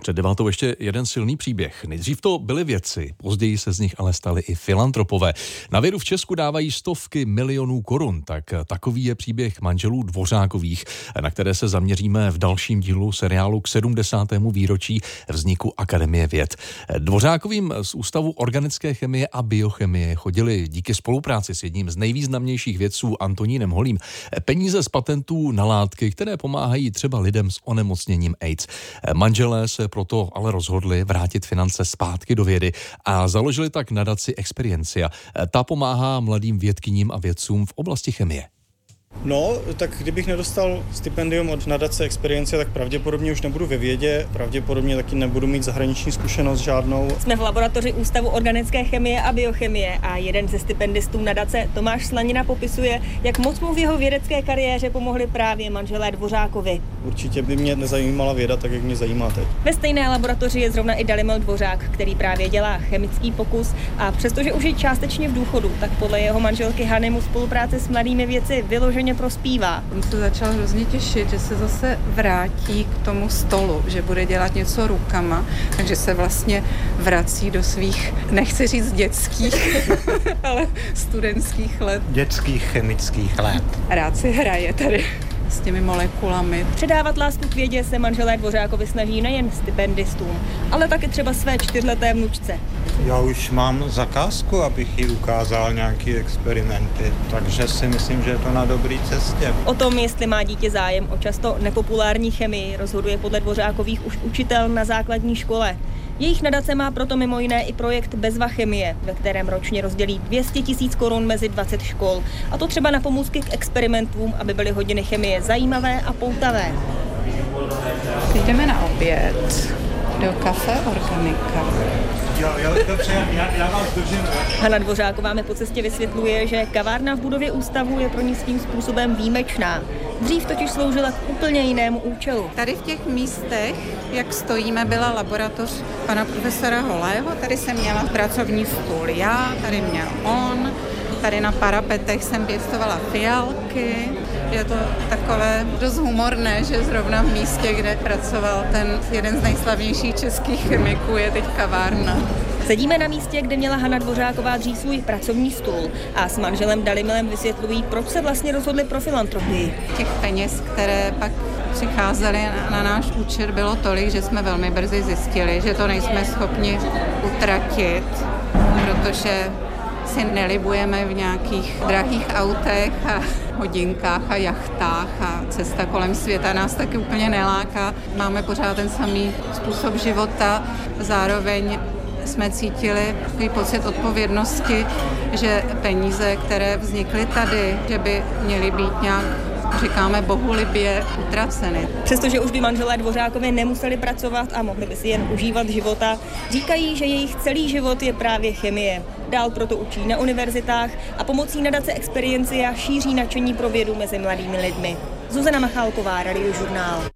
Před 9. ještě jeden silný příběh. Nejdřív to byli vědci, později se z nich ale stali i filantropové. Na vědu v Česku dávají stovky milionů korun, tak takový je příběh manželů Dvořákových, na které se zaměříme v dalším dílu seriálu k 70. výročí vzniku Akademie věd. Dvořákovým z Ústavu organické chemie a biochemie chodili díky spolupráci s jedním z nejvýznamnějších vědců Antonínem Holým peníze z patentů na látky, které pomáhají třeba lidem s onemocněním AIDS. Manželé se proto ale rozhodli vrátit finance zpátky do vědy a založili tak nadaci Experiencia. Ta pomáhá mladým vědkyním a vědcům v oblasti chemie. No, tak kdybych nedostal stipendium od nadace Experience, tak pravděpodobně už nebudu ve vědě, pravděpodobně taky nebudu mít zahraniční zkušenost žádnou. Jsme v laboratoři Ústavu organické chemie a biochemie a jeden ze stipendistů nadace, Tomáš Slanina, popisuje, jak moc mu v jeho vědecké kariéře pomohli právě manželé Dvořákovi. Určitě by mě nezajímala věda tak, jak mě zajímá teď. Ve stejné laboratoři je zrovna i Dalibor Dvořák, který právě dělá chemický pokus a přestože už je částečně v důchodu, tak podle jeho manželky Hany mu spolupráce s mladými vědci vyloženě prospívá. On se začal hrozně těšit, že se zase vrátí k tomu stolu, že bude dělat něco rukama, takže se vlastně vrací do svých, nechci říct dětských, ale studentských let. Dětských chemických let. Rád si hraje tady s těmi molekulami. Předávat lásku k vědě se manželé Dvořákovi snaží nejen stipendistům, ale taky třeba své 4leté vnučce. Já už mám zakázku, abych jí ukázal nějaké experimenty, takže si myslím, že je to na dobré cestě. O tom, jestli má dítě zájem o často nepopulární chemii, rozhoduje podle Dvořákových už učitel na základní škole. Jejich nadace má proto mimo jiné i projekt Bezva chemie, ve kterém ročně rozdělí 200 000 korun mezi 20 škol. A to třeba na pomůcky k experimentům, aby byly hodiny chemie zajímavé a poutavé. Jdeme na oběd do Café Organika. Já vás držím. Hana Dvořáková mi po cestě vysvětluje, že kavárna v budově ústavu je pro ní svým způsobem výjimečná. Dřív totiž sloužila k úplně jinému účelu. Tady v těch místech, jak stojíme, byla laboratoř pana profesora Holého. Tady jsem měla pracovní stůl já, tady měl on. Tady na parapetech jsem pěstovala fialky. Je to takové dost humorné, že zrovna v místě, kde pracoval ten jeden z nejslavnějších českých chemiků, je teď kavárna. Sedíme na místě, kde měla Hana Dvořáková dřív svůj pracovní stůl a s manželem Dalibelem vysvětlují, proč se vlastně rozhodli pro filantropii. Těch peněz, které pak přicházely na náš účet, bylo tolik, že jsme velmi brzy zjistili, že to nejsme schopni utratit, protože si nelibujeme v nějakých drahých autech a hodinkách a jachtách a cesta kolem světa nás taky úplně neláká. Máme pořád ten samý způsob života, zároveň jsme cítili takový pocit odpovědnosti, že peníze, které vznikly tady, že by měly být nějak, říkáme, bohulibě utraceny. Přestože už by manželé Dvořákovi nemuseli pracovat a mohli by si jen užívat života, říkají, že jejich celý život je právě chemie. Dál proto učí na univerzitách a pomocí nadace Experiencia šíří nadšení pro vědu mezi mladými lidmi. Zuzana Machálková, Radiožurnál.